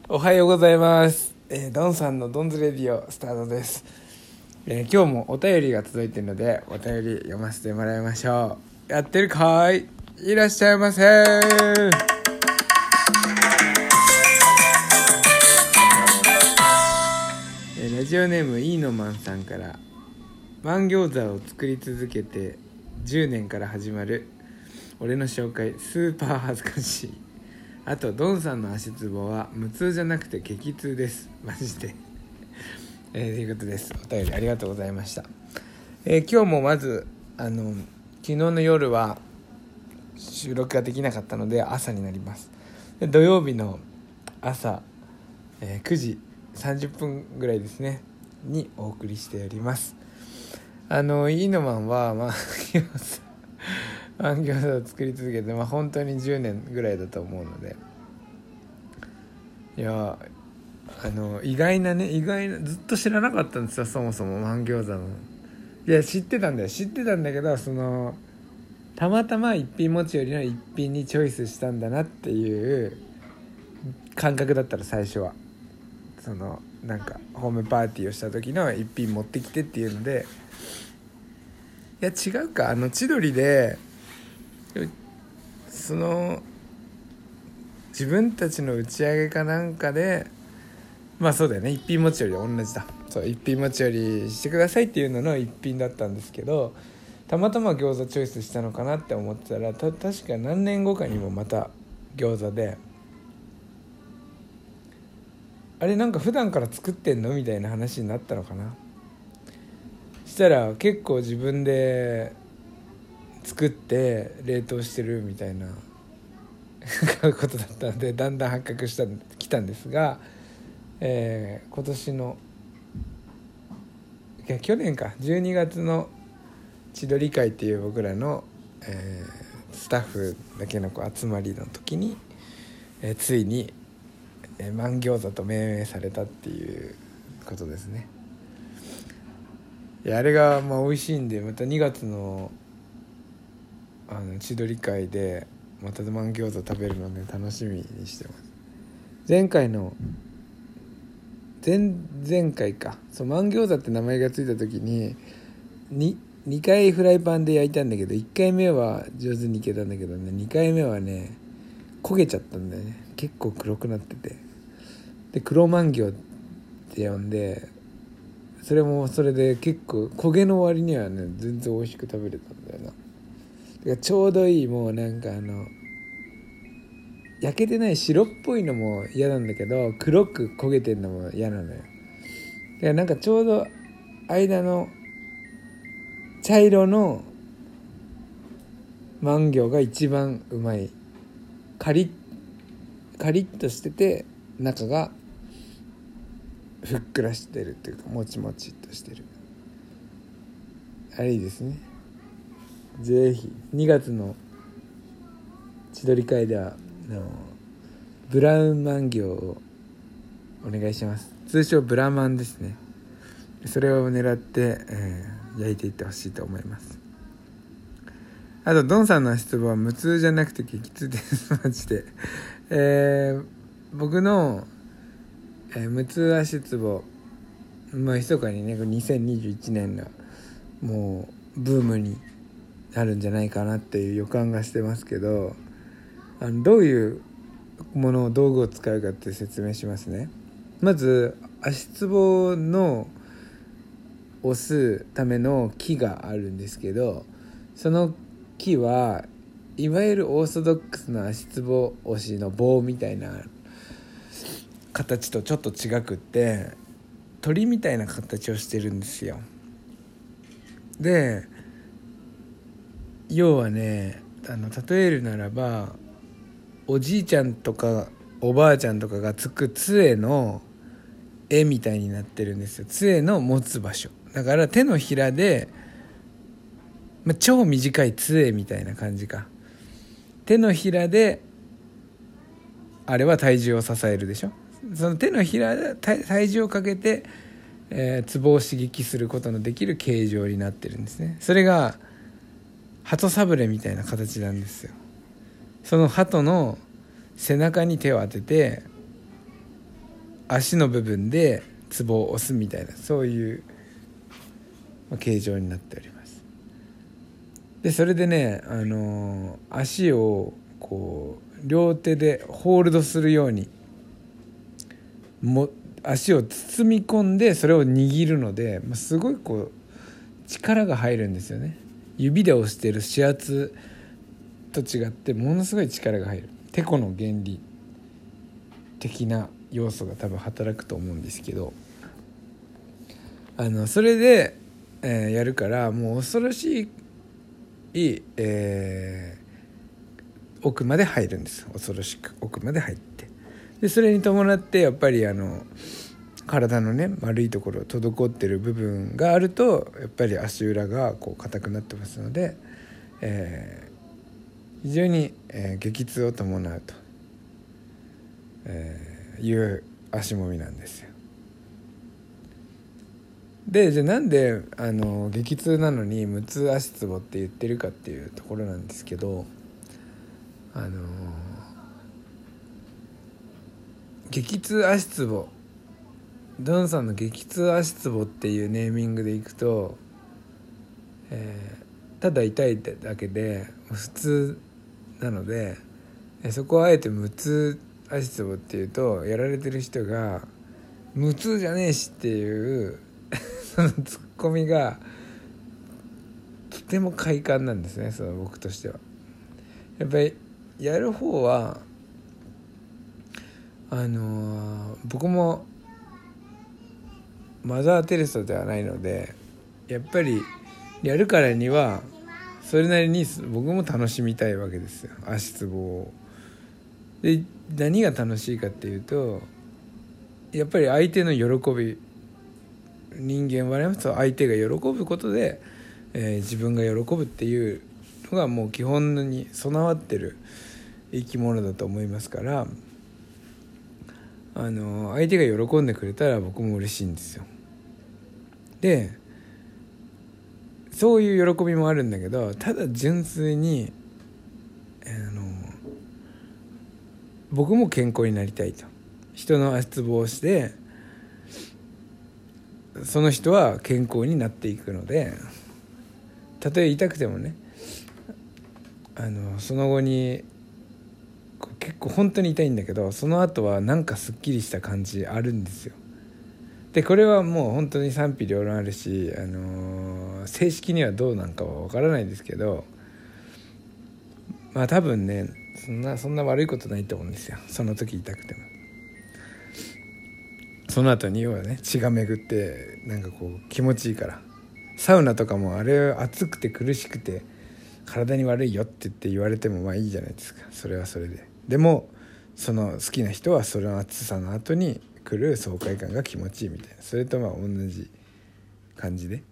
おはようございます。ドンさんのドンズレディオスタートです。今日もお便りが届いているのでお便り読ませてもらいましょう。やってるかい？いらっしゃいませ。ラジオネームイーノマンさんから、マン餃子を作り続けて10年から始まる俺の紹介、スーパー恥ずかしい。あとドンさんの足つぼは無痛じゃなくて激痛です、マジでということです。お便りありがとうございました。今日もまず昨日の夜は収録ができなかったので朝になります。で土曜日の朝、9時30分ぐらいですねにお送りしております。イーノマンはマン餃子を作り続けて、本当に10年ぐらいだと思うので、いや意外なずっと知らなかったんですよ、そもそもマン餃子の。いや知ってたんだけど、たまたま一品持ちよりの一品にチョイスしたんだなっていう感覚だったら、最初はなんかホームパーティーをした時の一品持ってきてっていうので、いや違うか、千鳥で自分たちの打ち上げかなんかで、そうだよね、一品持ちより同じだ。そう、一品持ちよりしてくださいっていうのの一品だったんですけど、たまたま餃子チョイスしたのかなって思ってたら、確か何年後かにもまた餃子で、あれなんか普段から作ってんのみたいな話になったのかな。したら結構自分で作って冷凍してるみたいなことだったので、だんだん発覚してきたんですが、今年の去年か12月の千鳥会っていう僕らの、スタッフだけの集まりの時に、ついに、マン餃子と命名されたっていうことですね。いやあれが美味しいんで、また2月の千鳥会でまたマン餃子食べるので楽しみにしてます。前回か、マン餃子って名前がついた時に2回フライパンで焼いたんだけど、1回目は上手にいけたんだけどね、2回目はね焦げちゃったんだよね。結構黒くなってて、で黒マン餃って呼んで、それもそれで結構焦げの割にはね全然美味しく食べれたんだよな。ちょうどいい、もうなんか焼けてない白っぽいのも嫌なんだけど、黒く焦げてんのも嫌なのよ。なんかちょうど間の茶色のマンギョウが一番うまい。カリッとしてて、中がふっくらしてるっていうか、もちもちっとしてる。あれいいですね。ぜひ2月の千鳥会ではブラウンマンギョウをお願いします。通称ブラマンですね。それを狙って、焼いていってほしいと思います。あとドンさんの足つぼは無痛じゃなくて激痛ですマジで。僕の、無痛足つぼ、密かにね2021年のもうブームになるんじゃないかなっていう予感がしてますけど、どういうものを道具を使うかって説明しますね。まず足つぼの押すための木があるんですけど、その木はいわゆるオーソドックスな足つぼ押しの棒みたいな形とちょっと違くって、鳥みたいな形をしてるんですよ。で要はね、例えるならば、おじいちゃんとかおばあちゃんとかがつく杖の絵みたいになってるんですよ。杖の持つ場所だから、手のひらで、超短い杖みたいな感じか。手のひらであれは体重を支えるでしょ。その手のひらで体重をかけて、ツボを刺激することのできる形状になってるんですね。それが鳩サブレみたいな形なんですよ。その鳩の背中に手を当てて足の部分でツボを押すみたいな、そういう形状になっております。でそれでね、足をこう両手でホールドするように足を包み込んでそれを握るので、すごいこう力が入るんですよね。指で押してる指圧と違ってものすごい力が入る、テコの原理的な要素が多分働くと思うんですけど、それで、やるからもう恐ろしい、奥まで入るんです。恐ろしく奥まで入って、でそれに伴ってやっぱり体のね丸いところ滞ってる部分があるとやっぱり足裏がこう硬くなってますので、非常に、激痛を伴うと、いう足もみなんですよ。でじゃあなんで激痛なのに無痛足つぼって言ってるかっていうところなんですけど、激痛足つぼ、ドンさんの激痛足つぼっていうネーミングでいくと、ただ痛いだけで普通なので、そこをあえて無痛足つぼっていうとやられてる人が無痛じゃねえしっていうそのツッコミがとても快感なんですね。その僕としてはやっぱりやる方は僕もマザー・テレサではないので、やっぱりやるからにはそれなりに僕も楽しみたいわけですよ、足つぼを。で何が楽しいかっていうと、やっぱり相手の喜び、人間はね相手が喜ぶことで、自分が喜ぶっていうのがもう基本に備わってる生き物だと思いますから、相手が喜んでくれたら僕も嬉しいんですよ。でそういう喜びもあるんだけど、ただ純粋に僕も健康になりたいと、人の足つぼをしてその人は健康になっていくので、たとえ痛くてもねその後に結構本当に痛いんだけど、その後はなんかすっきりした感じあるんですよ。でこれはもう本当に賛否両論あるし、正式にはどうなんかは分からないですけど、多分ねそんな悪いことないと思うんですよ。その時痛くてもその後に要はね血が巡ってなんかこう気持ちいいから、サウナとかもあれ暑くて苦しくて体に悪いよって言われてもいいじゃないですか。それはそれで、でもその好きな人はその暑さの後に来る爽快感が気持ちいいみたいな、それと同じ感じで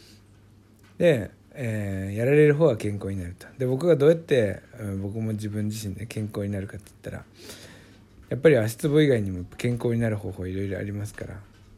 やられる方は健康になると。で僕がどうやって、僕も自分自身で健康になるかって言ったら、やっぱり足つぼ以外にも健康になる方法いろいろありますから、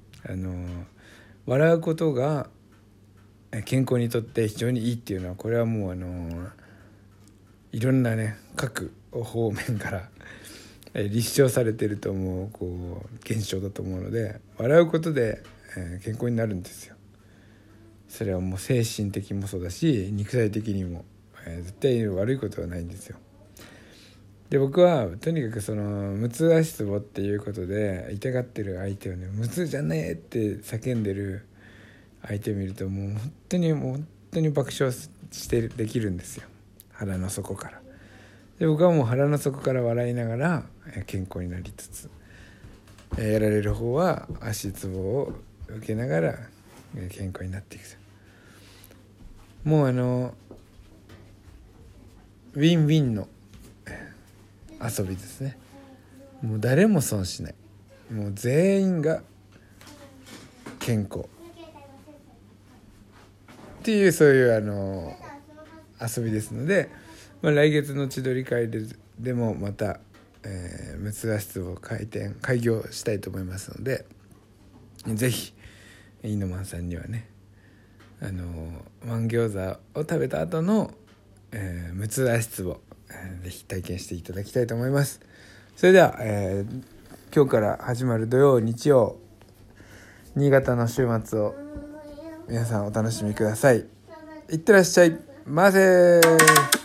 笑うことが健康にとって非常にいいっていうのは、これはもういろんなね各方面から立証されてると思う現象だと思うので、笑うことで、健康になるんですよ。それはもう精神的もそうだし肉体的にも、絶対悪いことはないんですよ。で僕はとにかくその無痛足つぼっていうことで痛がってる相手をね、無痛じゃねえって叫んでる相手を見るともう本当に爆笑できるんですよ、腹の底から。で僕はもう腹の底から笑いながら健康になりつつ、やられる方は足つぼを受けながら健康になっていくと。もうウィンウィンの遊びですね。もう誰も損しない、もう全員が健康っていう、そういう遊びですので、来月の千鳥会でもまた、無痛足つぼを開業したいと思いますので、ぜひイノマンさんにはねワン餃子を食べた後の、無痛足つぼ、ぜひ体験していただきたいと思います。それでは、 今日から始まる土曜日曜新潟の週末を皆さんお楽しみください。いってらっしゃいませ。